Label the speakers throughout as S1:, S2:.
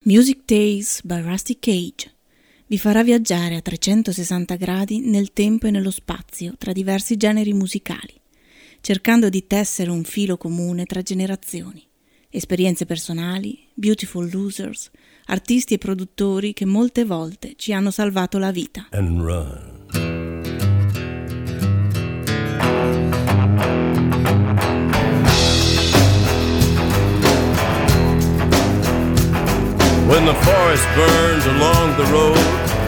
S1: Music Days by Rusty Cage vi farà viaggiare a 360 gradi nel tempo e nello spazio tra diversi generi musicali, cercando di tessere un filo comune tra generazioni, esperienze personali, beautiful losers, artisti e produttori che molte volte ci hanno salvato la vita.
S2: And run. When the forest burns along the road,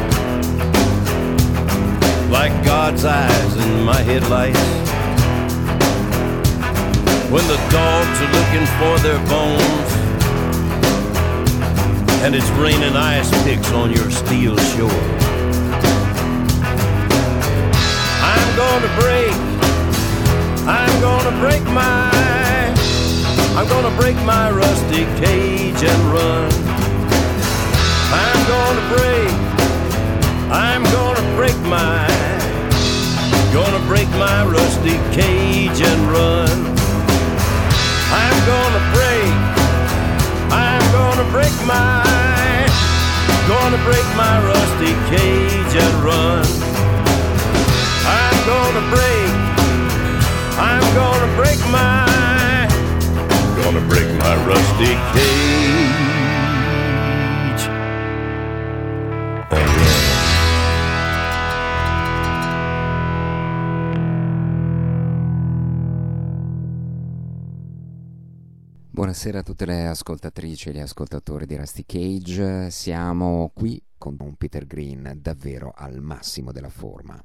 S2: like God's eyes in my headlights, when the dogs are looking for their bones, and it's raining ice picks on your steel shore, I'm gonna break my rusty cage and run. I'm gonna break my rusty cage and run. I'm gonna break my rusty cage and run. I'm gonna break my rusty cage and run.
S3: Buonasera a tutte le ascoltatrici e gli ascoltatori di Rusty Cage. Siamo qui con un Peter Green davvero al massimo della forma.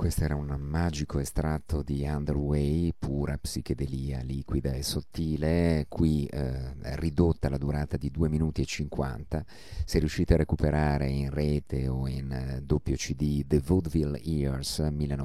S3: Questo era un magico estratto di Underway, pura psichedelia liquida e sottile, qui ridotta la durata di 2 minuti e 50. Se riuscite a recuperare in rete o in doppio CD The Vaudeville Years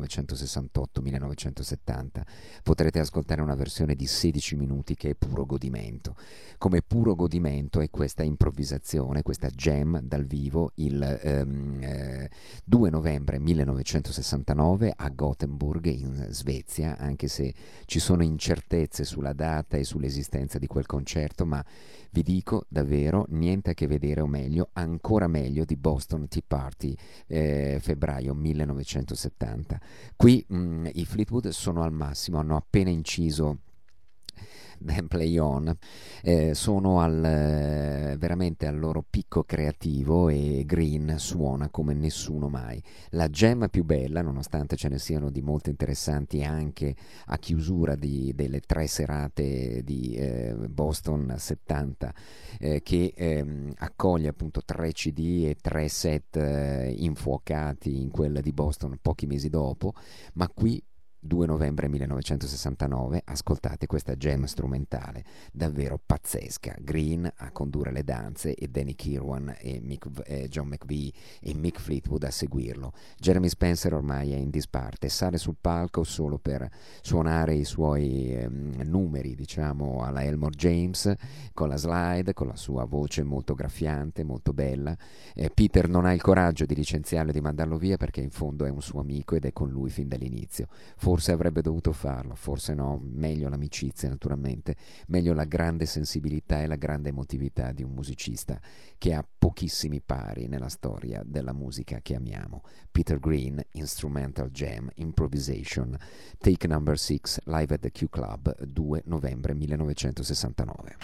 S3: 1968-1970, potrete ascoltare una versione di 16 minuti che è puro godimento. Come puro godimento è questa improvvisazione, questa jam dal vivo il 2 novembre 1969 a Gothenburg in Svezia, anche se ci sono incertezze sulla data e sull'esistenza di quel concerto, ma vi dico davvero niente a che vedere, o meglio, ancora meglio di Boston Tea Party febbraio 1970. Qui i Fleetwood sono al massimo, hanno appena inciso Then Play On, sono veramente al loro picco creativo e Green suona come nessuno mai. La jam più bella, nonostante ce ne siano di molto interessanti anche a chiusura delle 3 serate di Boston 70, che accoglie appunto 3 CD e 3 set infuocati in quella di Boston pochi mesi dopo, ma qui 2 novembre 1969, ascoltate questa jam strumentale davvero pazzesca. Green a condurre le danze e Danny Kirwan e John McVie e Mick Fleetwood a seguirlo. Jeremy Spencer ormai è in disparte, sale sul palco solo per suonare i suoi numeri, diciamo, alla Elmore James, con la slide, con la sua voce molto graffiante, molto bella. Peter non ha il coraggio di licenziarlo e di mandarlo via, perché in fondo è un suo amico ed è con lui fin dall'inizio. Forse avrebbe dovuto farlo, forse no, meglio l'amicizia naturalmente, meglio la grande sensibilità e la grande emotività di un musicista che ha pochissimi pari nella storia della musica che amiamo. Peter Green, Instrumental Jam, Improvisation, Take Number 6, live at the Q Club, 2 novembre 1969.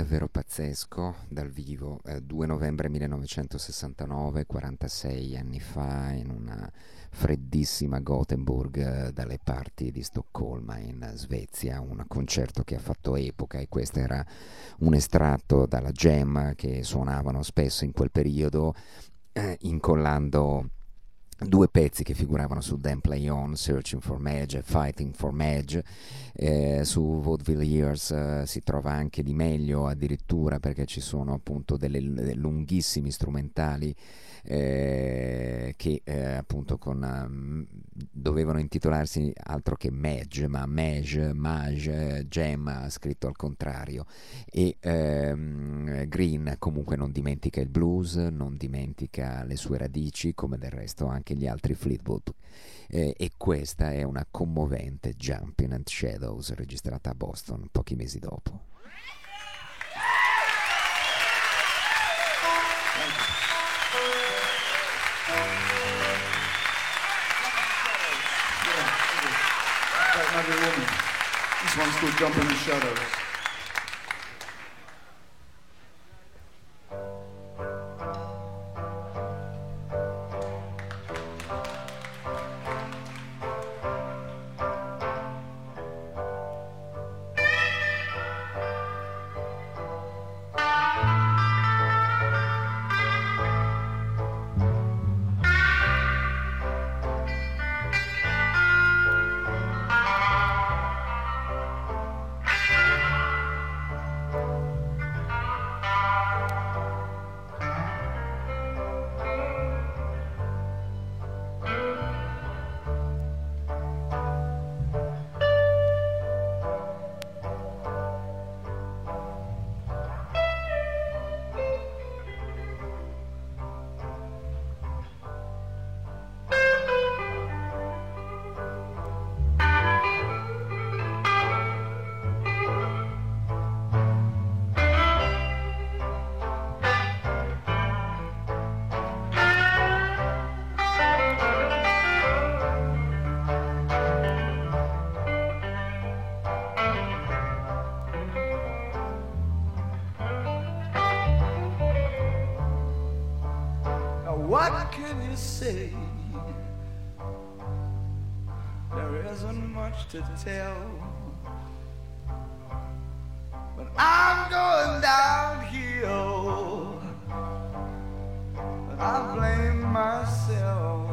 S3: davvero pazzesco dal vivo. 2 novembre 1969, 46 anni fa, in una freddissima Gothenburg, dalle parti di Stoccolma in Svezia, un concerto che ha fatto epoca, e questo era un estratto dalla jam che suonavano spesso in quel periodo, incollando due pezzi che figuravano su Then Play On, Searching for Madge e Fighting for Madge. Su Vaudeville Years si trova anche di meglio, addirittura, perché ci sono appunto delle lunghissimi strumentali che appunto dovevano intitolarsi altro che Madge, ma Mage, Jam scritto al contrario. E Green comunque non dimentica il blues, non dimentica le sue radici, come del resto anche gli altri Fleetwood, e questa è una commovente Jumping and Shadows registrata a Boston pochi mesi dopo.
S4: This one's called Jumping in the Shadows. What can you say? There isn't much to tell, but I'm going downhill, and I blame myself.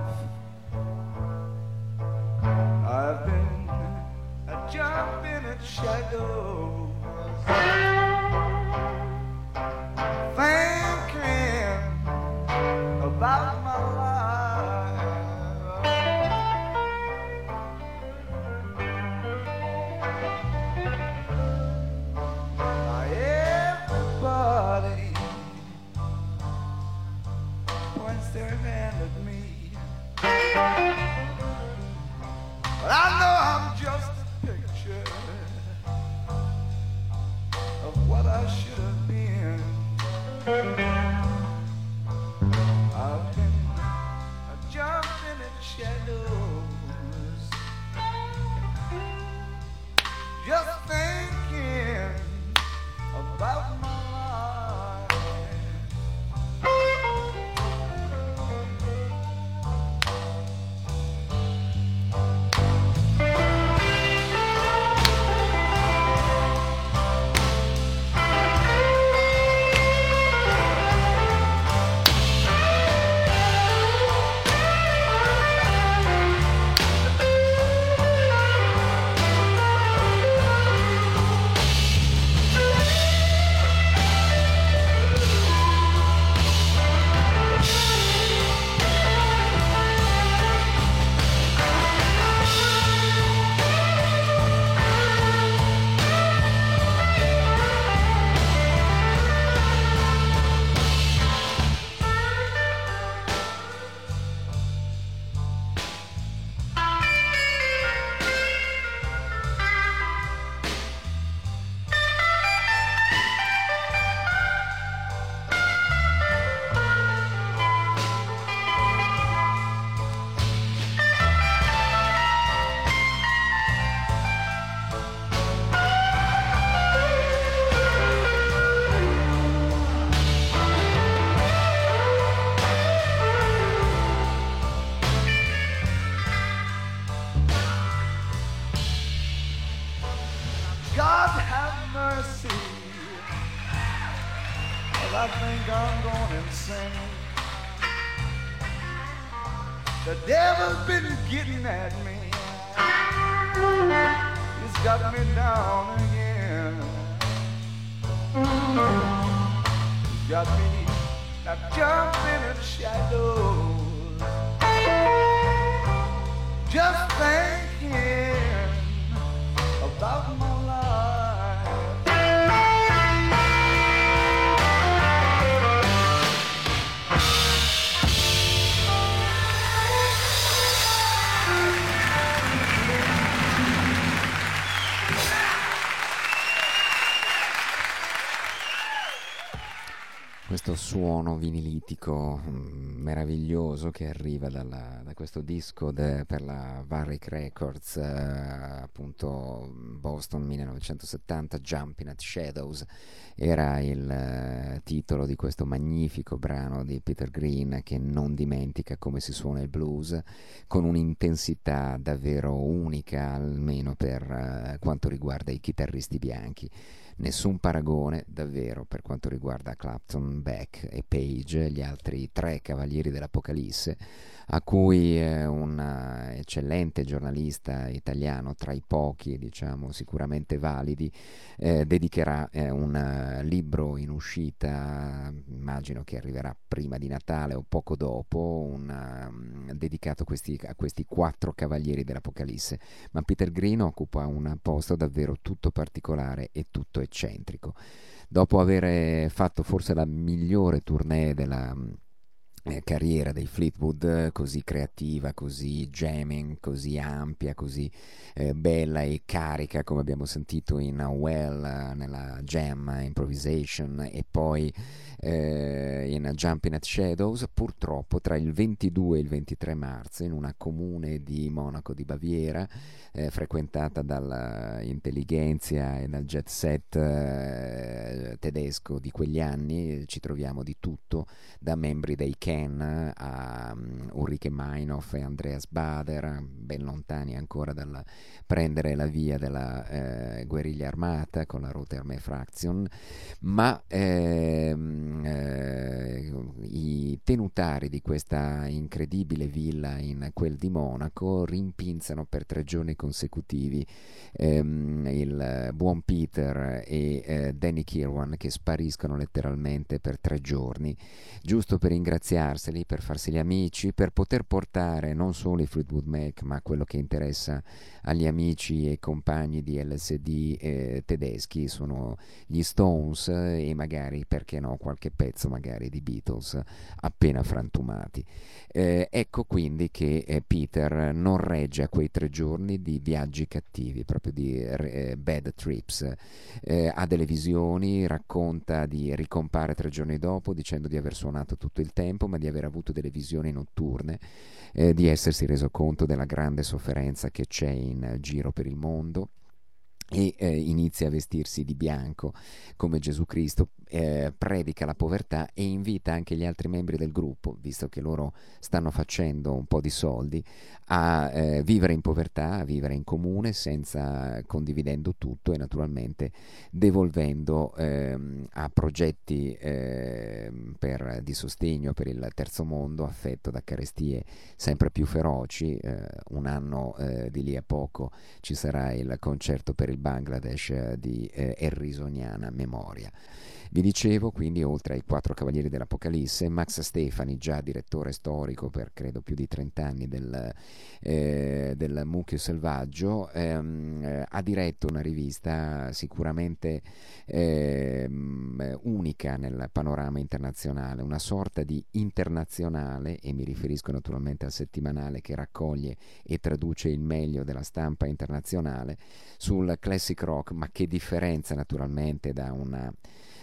S4: I've been jumping at shadows, thinking about my life. Now everybody points their hand at me, but I know I'm just a picture of what I should have been. I've been jumping in shadows, just thinking about my life. mercy, 'cause I think I'm going insane. The devil's been getting at me. He's got me down again. He's got me now jumping in shadows, just thinking about my
S3: questo suono vinilitico meraviglioso che arriva da questo disco per la Varric Records, appunto Boston 1970, Jumping at Shadows era il titolo di questo magnifico brano di Peter Green, che non dimentica come si suona il blues con un'intensità davvero unica, almeno per quanto riguarda i chitarristi bianchi. Nessun paragone davvero per quanto riguarda Clapton, Beck e Page, gli altri tre cavalieri dell'Apocalisse, a cui un eccellente giornalista italiano, tra i pochi diciamo sicuramente validi, dedicherà un libro in uscita, immagino che arriverà prima di Natale o poco dopo, dedicato a questi quattro cavalieri dell'Apocalisse. Ma Peter Green occupa un posto davvero tutto particolare e tutto eccentrico. Dopo aver fatto forse la migliore tournée della carriera dei Fleetwood, così creativa, così jamming, così ampia, così bella e carica, come abbiamo sentito in Well, nella Jam Improvisation, e poi in Jumping at Shadows, purtroppo tra il 22 e il 23 marzo in una comune di Monaco di Baviera, frequentata dall'intellighenzia e dal jet set tedesco di quegli anni. Ci troviamo di tutto, da membri dei Ken a Ulrike Meinhof e Andreas Bader, ben lontani ancora dal prendere la via della guerriglia armata con la Rote Armee Fraktion, ma i tenutari di questa incredibile villa in quel di Monaco rimpinzano per 3 giorni consecutivi il buon Peter e Danny Kirwan, che spariscono letteralmente per 3 giorni, giusto per ringraziarseli, per farseli amici, per poter portare non solo i Fleetwood Mac, ma quello che interessa agli amici e compagni di LSD tedeschi sono gli Stones e magari, perché no, qualche pezzo magari di Beatles appena frantumati. Ecco quindi che Peter non regge a quei 3 giorni di viaggi cattivi, proprio di bad trips. Ha delle visioni, racconta di ricompare 3 giorni dopo dicendo di aver suonato tutto il tempo, ma di aver avuto delle visioni notturne, di essersi reso conto della grande sofferenza che c'è in giro per il mondo, e inizia a vestirsi di bianco come Gesù Cristo, predica la povertà e invita anche gli altri membri del gruppo, visto che loro stanno facendo un po' di soldi, a vivere in povertà, a vivere in comune, senza condividendo tutto e naturalmente devolvendo a progetti di sostegno per il terzo mondo, affetto da carestie sempre più feroci. Un anno di lì a poco ci sarà il concerto per il Bangladesh di Errisoniana memoria. Vi dicevo quindi, oltre ai 4 cavalieri dell'Apocalisse, Max Stefani, già direttore storico per credo più di 30 anni del Mucchio Selvaggio, ha diretto una rivista sicuramente unica nel panorama internazionale, una sorta di internazionale, e mi riferisco naturalmente al settimanale che raccoglie e traduce il meglio della stampa internazionale sul classic rock, ma che differenza naturalmente da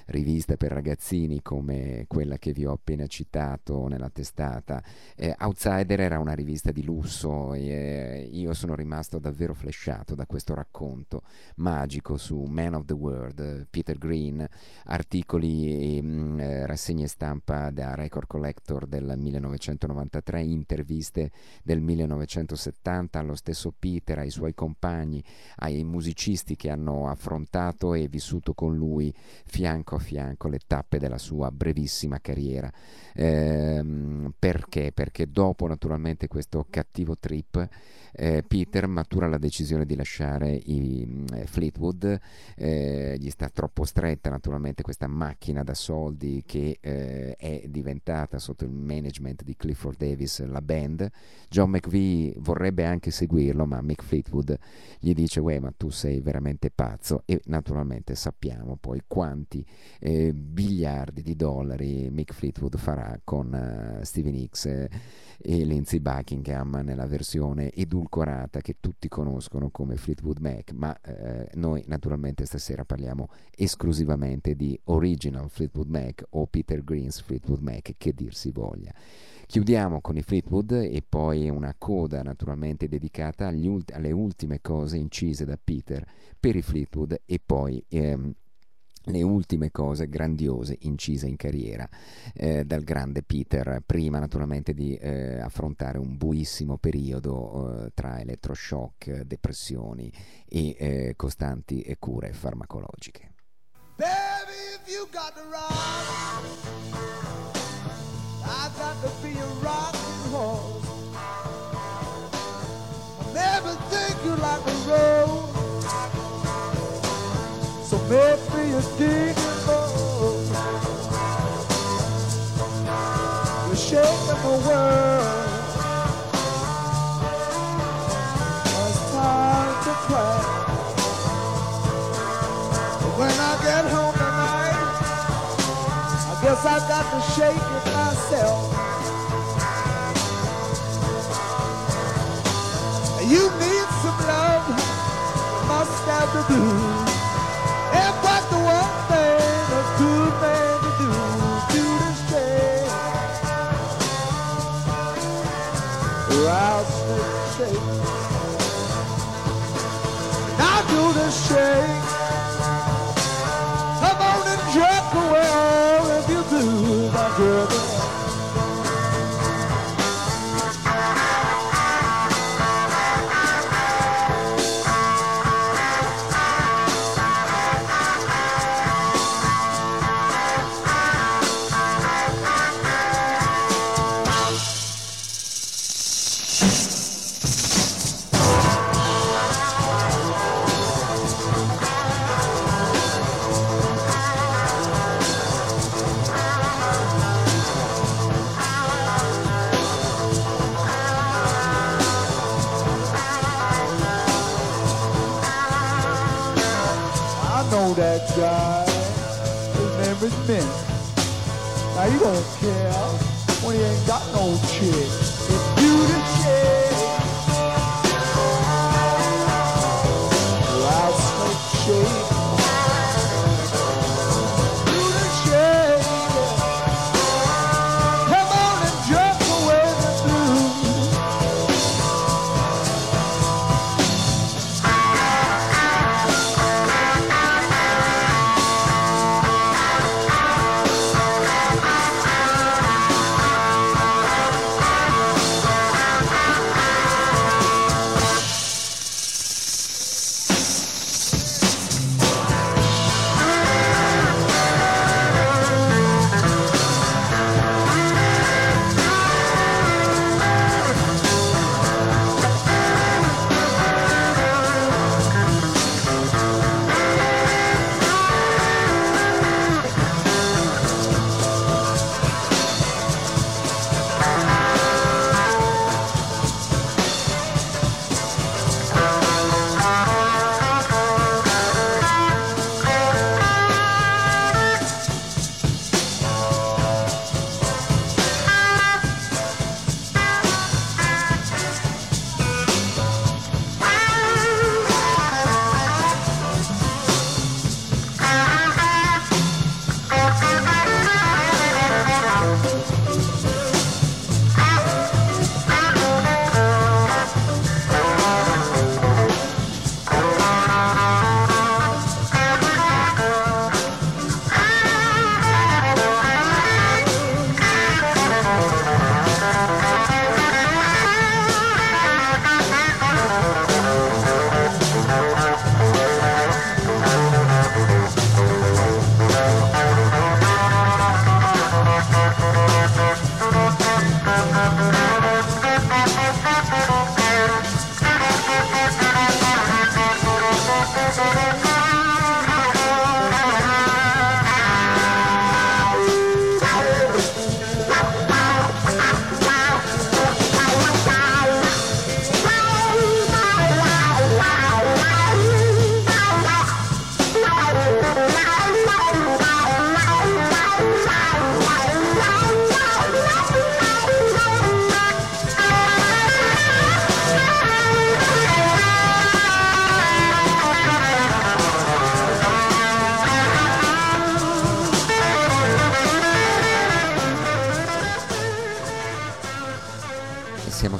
S3: riviste per ragazzini come quella che vi ho appena citato nella testata, Outsider era una rivista di lusso e io sono rimasto davvero flashato da questo racconto magico su Man of the World, Peter Green, articoli e rassegne stampa da Record Collector del 1993, interviste del 1970 allo stesso Peter, ai suoi compagni, ai musicisti che hanno affrontato e vissuto con lui fianco a fianco le tappe della sua brevissima carriera. Perché? Perché dopo naturalmente questo cattivo trip Peter matura la decisione di lasciare i Fleetwood, gli sta troppo stretta naturalmente questa macchina da soldi che è diventata sotto il management di Clifford Davis la band. John McVie vorrebbe anche seguirlo, ma Mick Fleetwood gli dice uè, ma tu sei veramente pazzo, e naturalmente sappiamo poi quanti biliardi di dollari Mick Fleetwood farà con Stevie Nicks e Lindsey Buckingham nella versione edulcorata che tutti conoscono come Fleetwood Mac, ma noi naturalmente stasera parliamo esclusivamente di Original Fleetwood Mac o Peter Green's Fleetwood Mac, che dir si voglia. Chiudiamo con i Fleetwood e poi una coda naturalmente dedicata alle ultime cose incise da Peter per i Fleetwood e poi le ultime cose grandiose incise in carriera dal grande Peter, prima naturalmente di affrontare un buissimo periodo tra elettroshock, depressioni e costanti cure farmacologiche.
S4: Baby, if you got to rock, I got to be a rocking horse. I never think you like a road, so maybe you're digging more. You're shaking the world. It's time to cry. When I get home tonight, I guess I got to shake it myself. You need some love, you must have the blues. And but the one thing a good man to do this day, rouse and shake. Now do the shake. Come on and jerk away all of your blues, my girl. That guy, his name is Mint. Now you don't care when he ain't got no chick. It's you the chick. I'll snake shake. You the chick. Come on and jerk away the blues.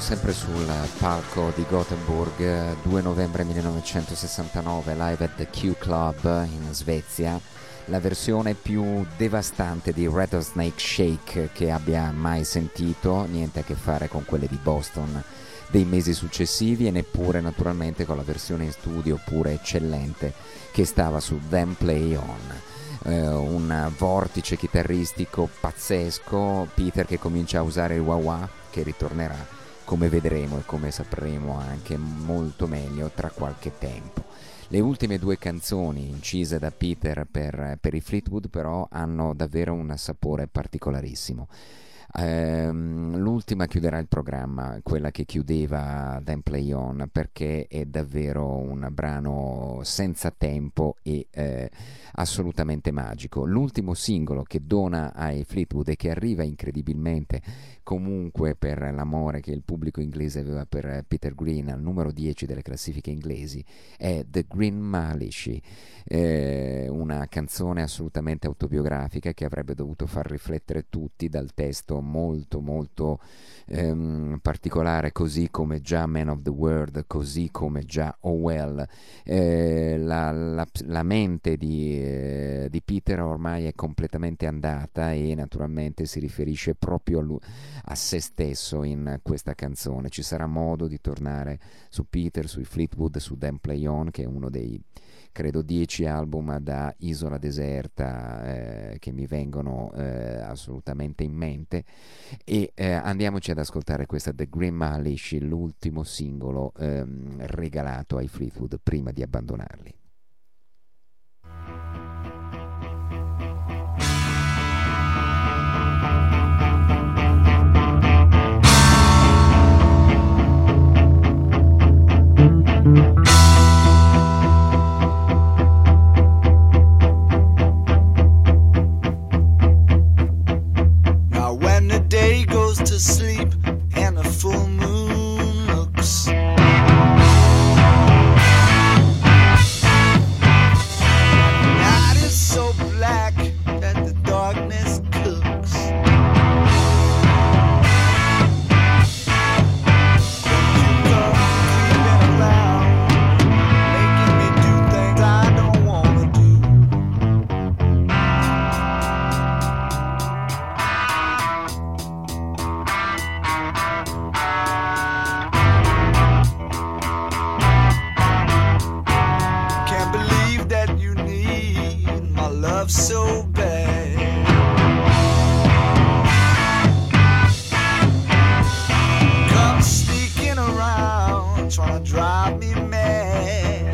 S3: sempre sul palco di Gothenburg, 2 novembre 1969, live at the Q Club in Svezia, la versione più devastante di Rattlesnake Shake che abbia mai sentito, niente a che fare con quelle di Boston dei mesi successivi e neppure naturalmente con la versione in studio pure eccellente che stava su Then Play On. Un vortice chitarristico pazzesco, Peter che comincia a usare il wah-wah, che ritornerà, come vedremo e come sapremo anche molto meglio tra qualche tempo. Le ultime due canzoni incise da Peter per i Fleetwood però hanno davvero un sapore particolarissimo. L'ultima chiuderà il programma, quella che chiudeva Then Play On, perché è davvero un brano senza tempo e assolutamente magico. L'ultimo singolo che dona ai Fleetwood e che arriva incredibilmente comunque per l'amore che il pubblico inglese aveva per Peter Green al numero 10 delle classifiche inglesi è The Green Malice, una canzone assolutamente autobiografica che avrebbe dovuto far riflettere tutti dal testo molto molto particolare, così come già Man of the World, così come già Oh Well. La mente di Peter ormai è completamente andata e naturalmente si riferisce proprio a se stesso in questa canzone. Ci sarà modo di tornare su Peter, sui Fleetwood, su Then Play On, che è uno dei credo 10 album da Isola Deserta che mi vengono assolutamente in mente, e andiamoci ad ascoltare questa The Green Malice, l'ultimo singolo regalato ai Fleetwood prima di abbandonarli.
S4: To sleep and the full moon looks. The night is so black that the darkness cooks. You come creeping around, making me do things I don't wanna do. So bad. Come sneaking around, trying to drive me mad.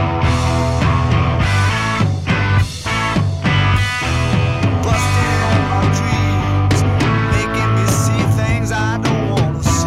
S4: Busting my dreams, making me see things I don't wanna see.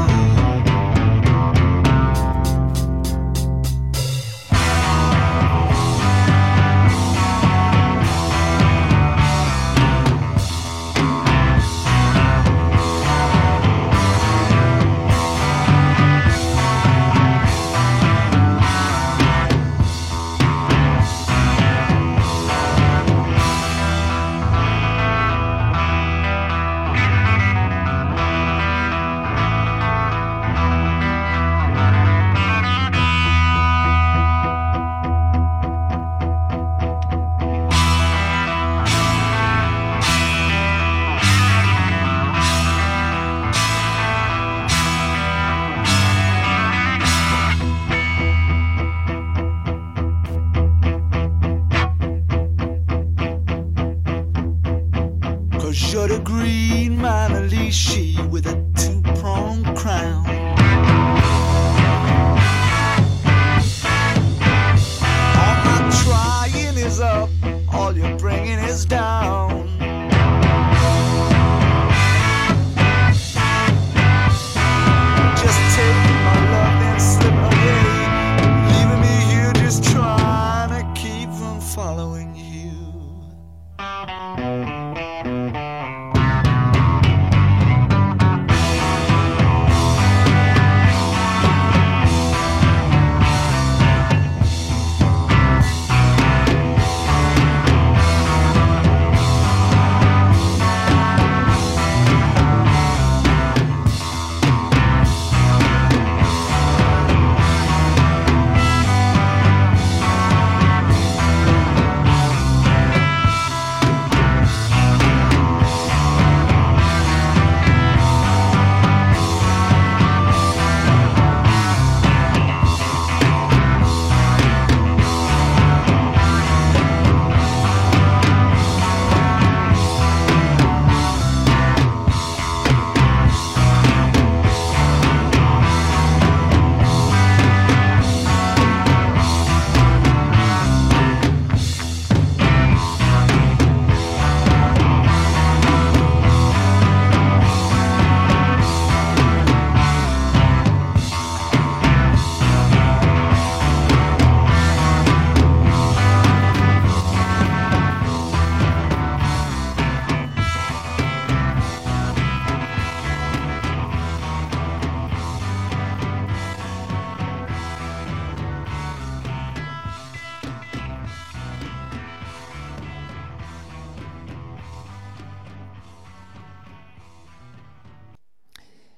S4: You're the green Malice with a two-pronged crown. All my trying is up, all you're bringing is down. Just taking my love and slipping away, leaving me here just trying to keep from following you.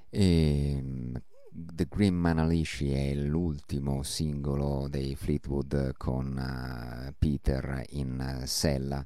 S3: E The Green Manalishi è l'ultimo singolo dei Fleetwood con Peter in sella.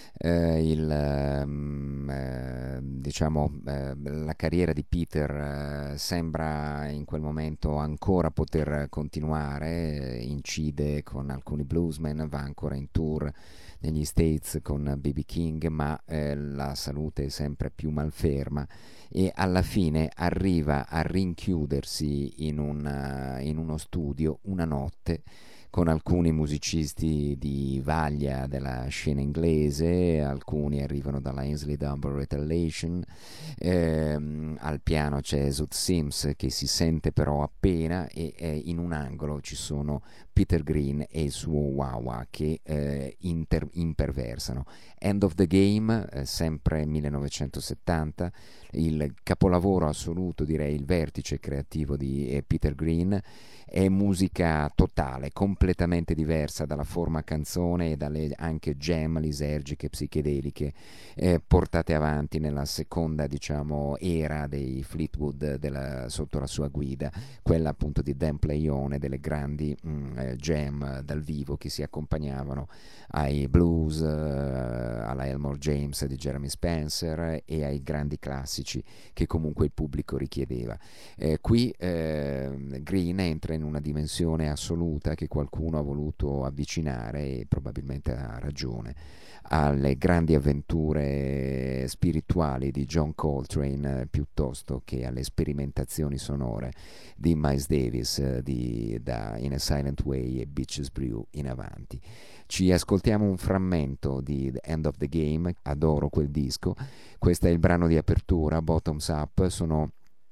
S3: La carriera di Peter sembra in quel momento ancora poter continuare, incide con alcuni bluesmen, va ancora in tour negli States con B.B. King, ma la salute è sempre più malferma e alla fine arriva a rinchiudersi in uno studio una notte con alcuni musicisti di vaglia della scena inglese, alcuni arrivano dalla Ainsley Dunbar Retaliation, al piano c'è Zoot Sims che si sente però appena e in un angolo ci sono Peter Green e il suo wah-wah che imperversano. End of the Game, sempre 1970, il capolavoro assoluto, direi il vertice creativo di Peter Green. È musica totale, completamente diversa dalla forma canzone e dalle anche jam lisergiche, psichedeliche portate avanti nella seconda, diciamo, era dei Fleetwood sotto la sua guida, quella appunto di Dan Playone, delle grandi jam dal vivo che si accompagnavano ai blues, alla Elmore James di Jeremy Spencer e ai grandi classici che comunque il pubblico richiedeva. Qui Green entra in una dimensione assoluta che qualcuno ha voluto avvicinare, e probabilmente ha ragione, alle grandi avventure spirituali di John Coltrane piuttosto che alle sperimentazioni sonore di Miles Davis da In a Silent Way e Bitches Brew in avanti. Ci ascoltiamo un frammento di The End of the Game, adoro quel disco. Questo è il brano di apertura, Bottoms Up. Sono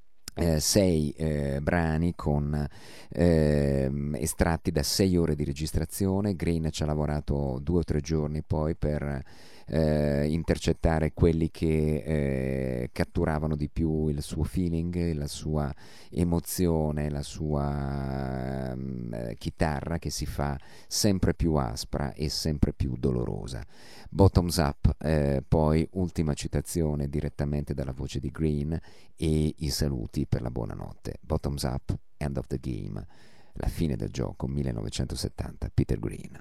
S3: 6 brani con estratti da 6 ore di registrazione. Green ci ha lavorato 2 o 3 giorni poi per intercettare quelli che catturavano di più il suo feeling, la sua emozione, la sua chitarra che si fa sempre più aspra e sempre più dolorosa. Bottoms Up, poi ultima citazione direttamente dalla voce di Green e i saluti per la buonanotte. Bottoms Up, End of the Game, la fine del gioco, 1970, Peter Green.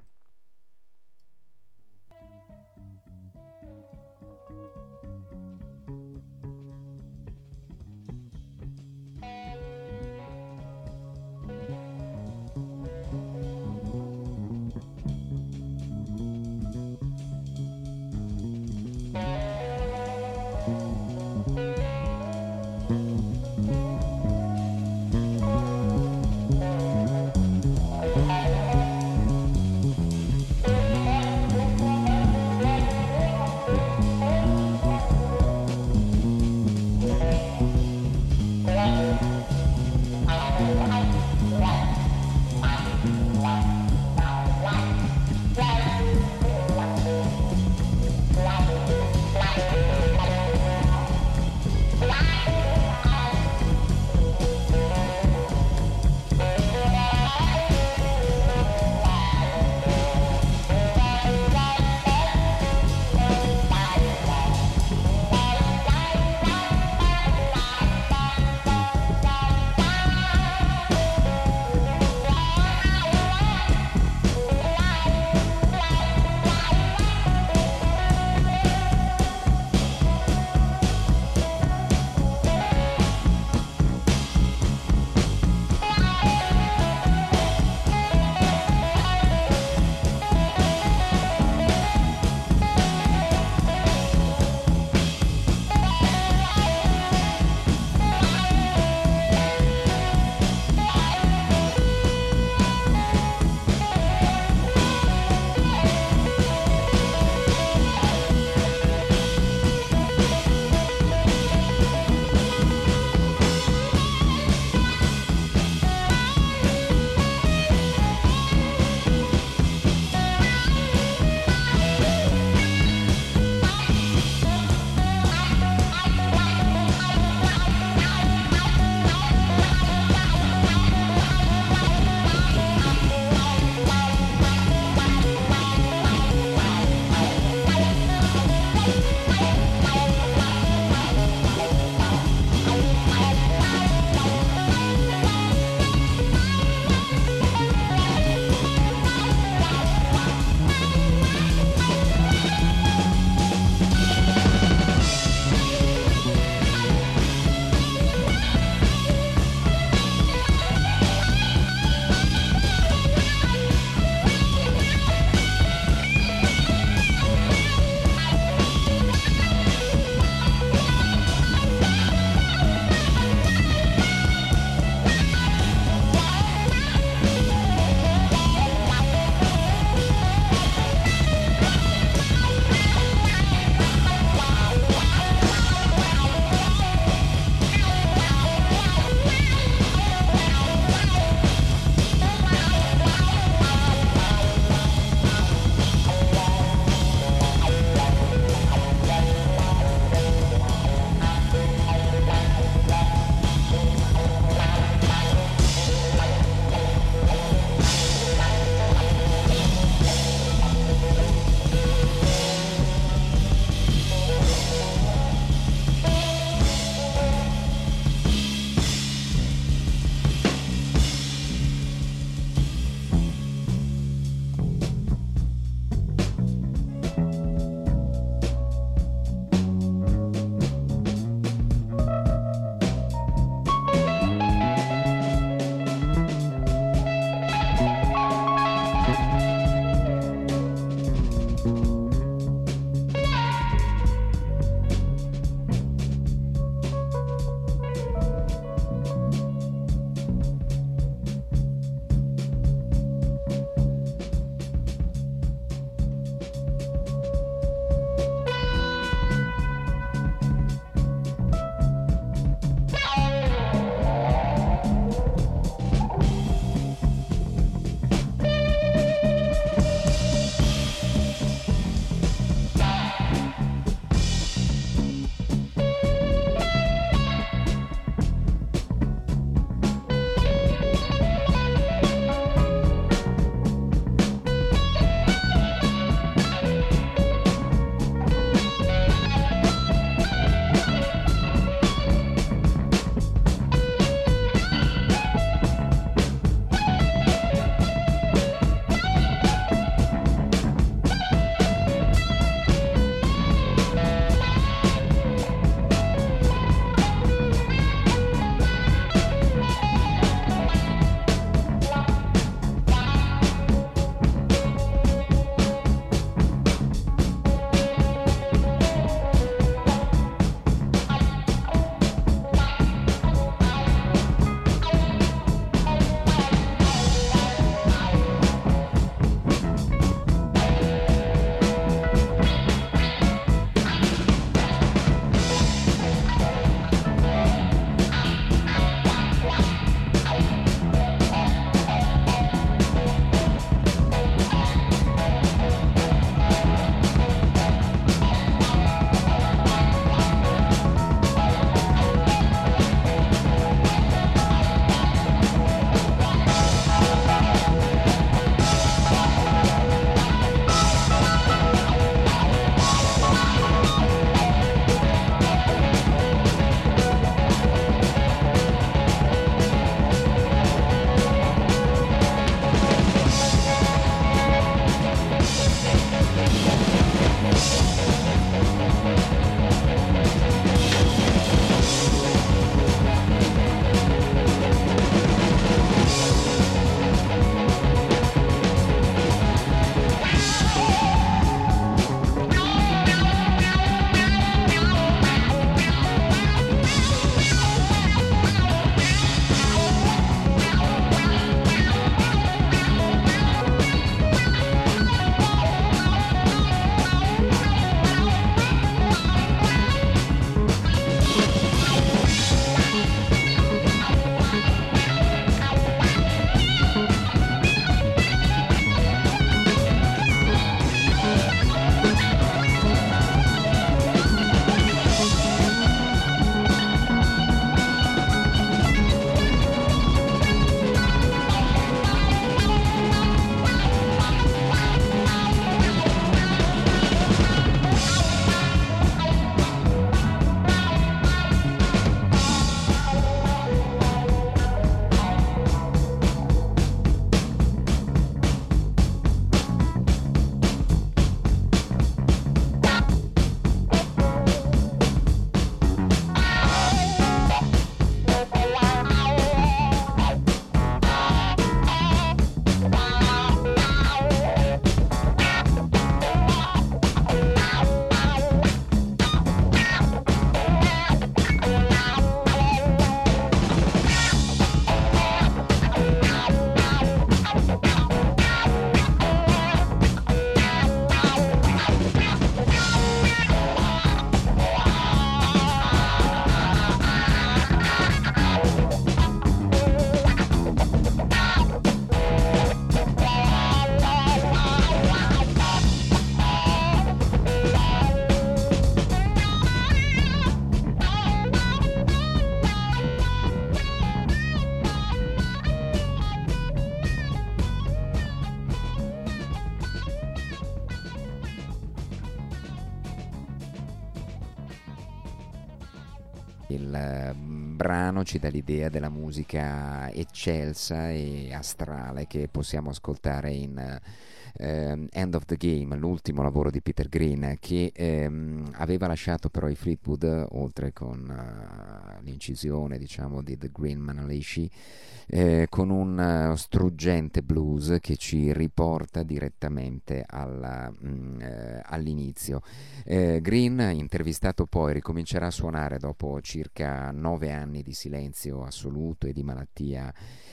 S3: Il brano ci dà l'idea della musica eccelsa e astrale che possiamo ascoltare in End of the Game, l'ultimo lavoro di Peter Green, che aveva lasciato però i Fleetwood, oltre con l'incisione diciamo di The Green Manalishi, con un struggente blues che ci riporta direttamente all'inizio. Green, intervistato poi, ricomincerà a suonare dopo circa 9 anni di silenzio assoluto e di malattia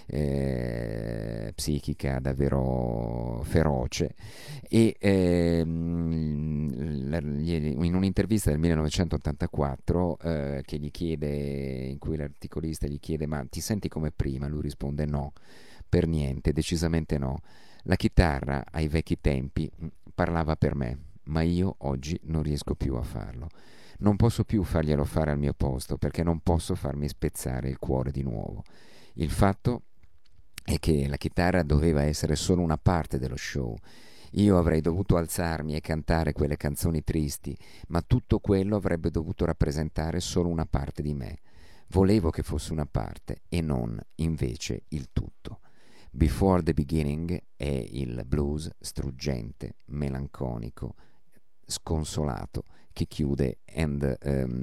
S3: psichica davvero feroce, e in un'intervista del 1984 che gli chiede, in cui l'articolista gli chiede: ma ti senti come prima? Lui risponde: no, per niente, decisamente no. La chitarra ai vecchi tempi parlava per me, ma io oggi non riesco più a farlo. Non posso più farglielo fare al mio posto, perché non posso farmi spezzare il cuore di nuovo. Il fatto è che la chitarra doveva essere solo una parte dello show. Io avrei dovuto alzarmi e cantare quelle canzoni tristi, ma tutto quello avrebbe dovuto rappresentare solo una parte di me. Volevo che fosse una parte e non invece il tutto. Before the Beginning è il blues struggente, melanconico, sconsolato, che chiude And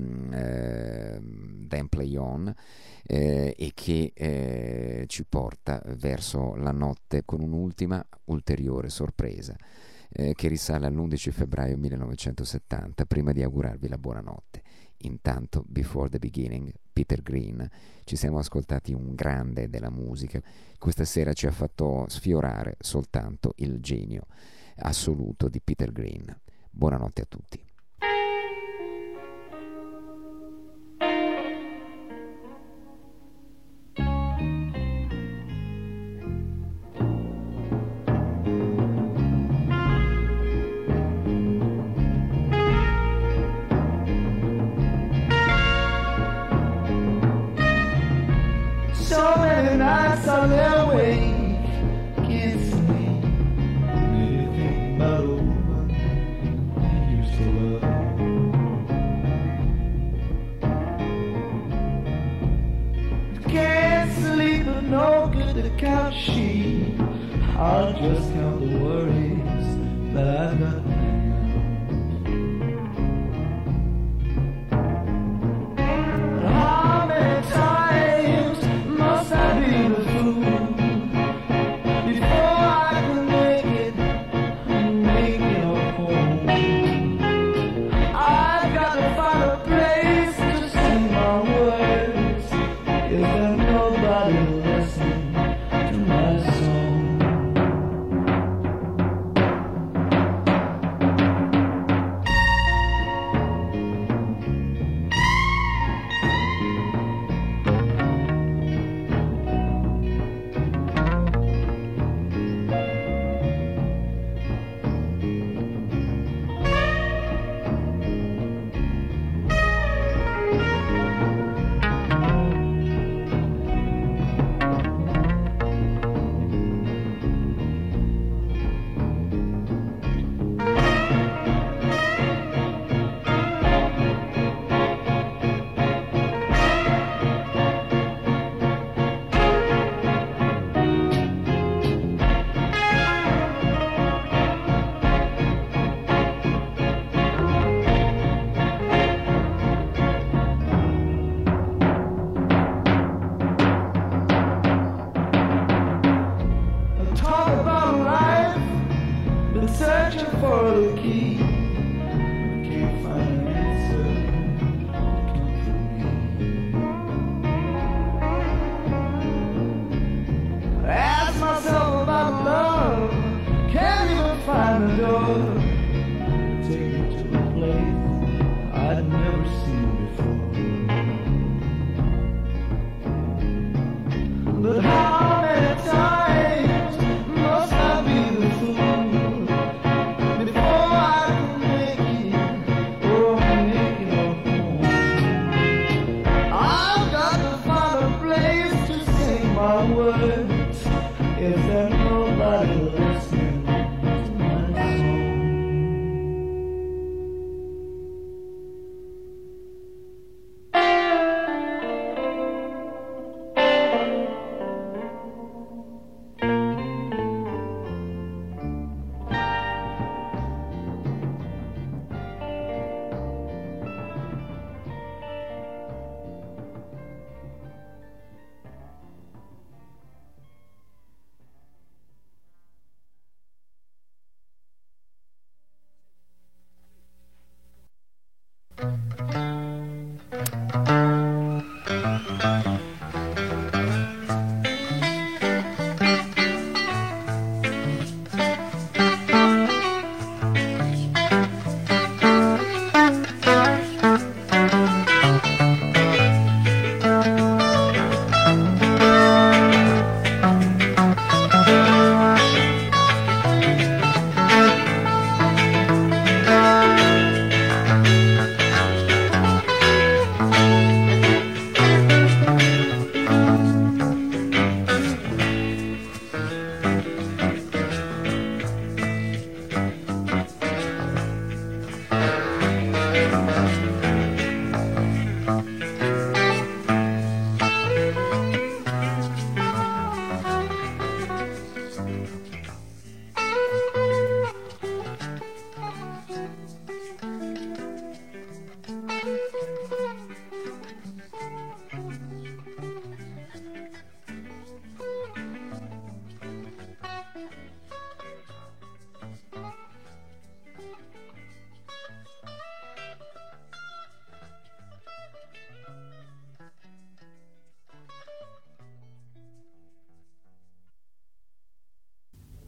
S3: Then Play On, e che ci porta verso la notte con un'ultima ulteriore sorpresa che risale all'11 febbraio 1970, prima di augurarvi la buonanotte. Intanto, Before the Beginning, Peter Green. Ci siamo ascoltati un grande della musica. Questa sera ci ha fatto sfiorare soltanto il genio assoluto di Peter Green. Buonanotte a tutti.
S4: So many nights I lay awake, can't sleep, really think about a woman I used to love. Can't sleep, but no good to count sheep. I'll just count the worries that I've got now. How many times must I be the fool before I can make it home? I've got to find a place to say my words if there's nobody listening to my song.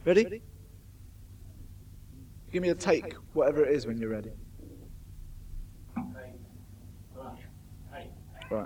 S4: Ready? Give me a take, whatever it is, when you're ready. Right.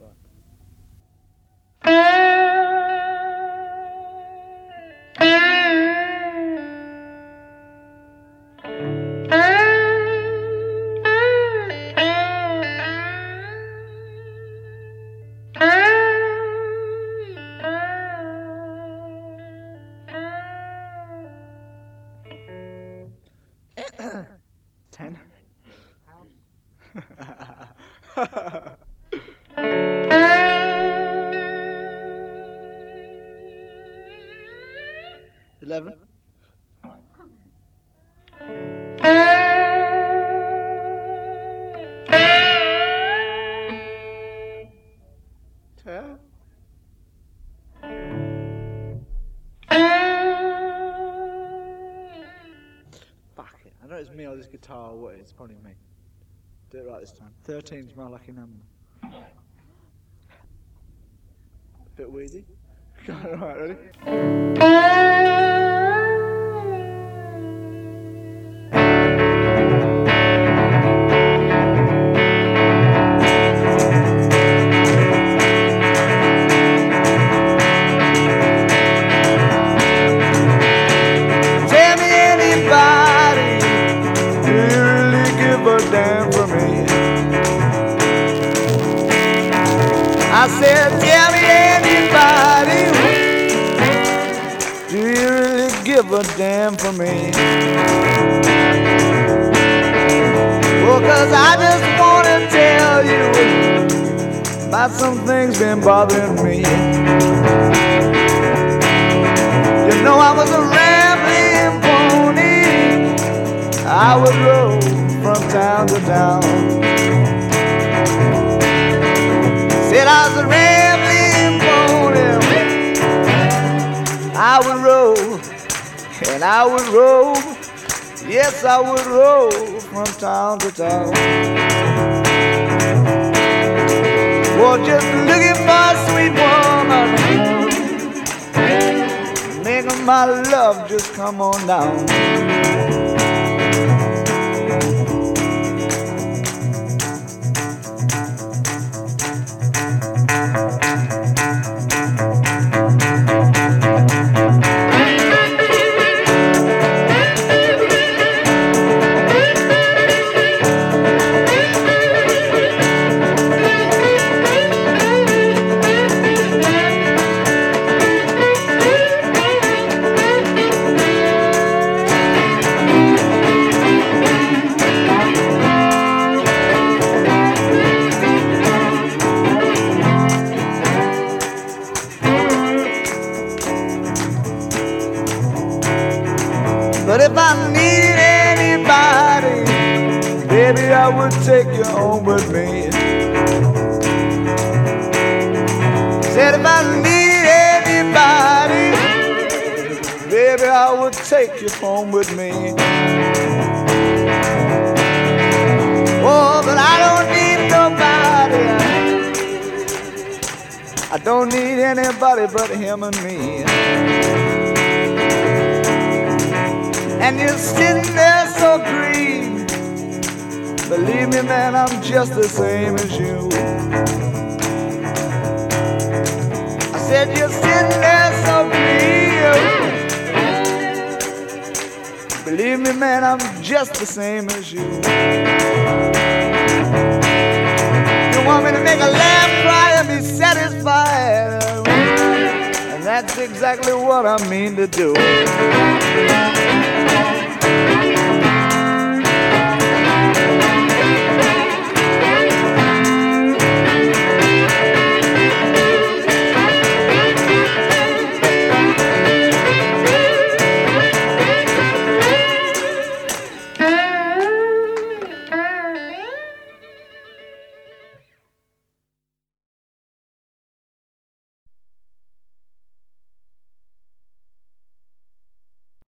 S4: 10. 11. 10. Fuck it. I know it's me or this guitar or what it is. It's probably me. Do it right this time. 13's my lucky number. A bit wheezy. Alright, ready? Tell me anybody, do you really give a damn for me? I said, tell me anybody, do you really give a damn for me? Well, 'cause I just want to tell you about some things been bothering me. You know I was a rambling pony, I would roll from town to town. Said I was a rambling pony, I would roll, and I would roll, yes I would roll from town to town. Well, just looking for a sweet woman, making my love just come on down. But if I needed anybody, baby, I would take you home with me. Said if I needed anybody, baby, I would take you home with me. Oh, but I don't need nobody. I don't need anybody but him and me. And you're sitting there so green. Believe me, man, I'm just the same as you. I said you're sitting there so green. Believe me, man, I'm just the same as you. You want me to make a lamb cry and be satisfied, and that's exactly what I mean to do.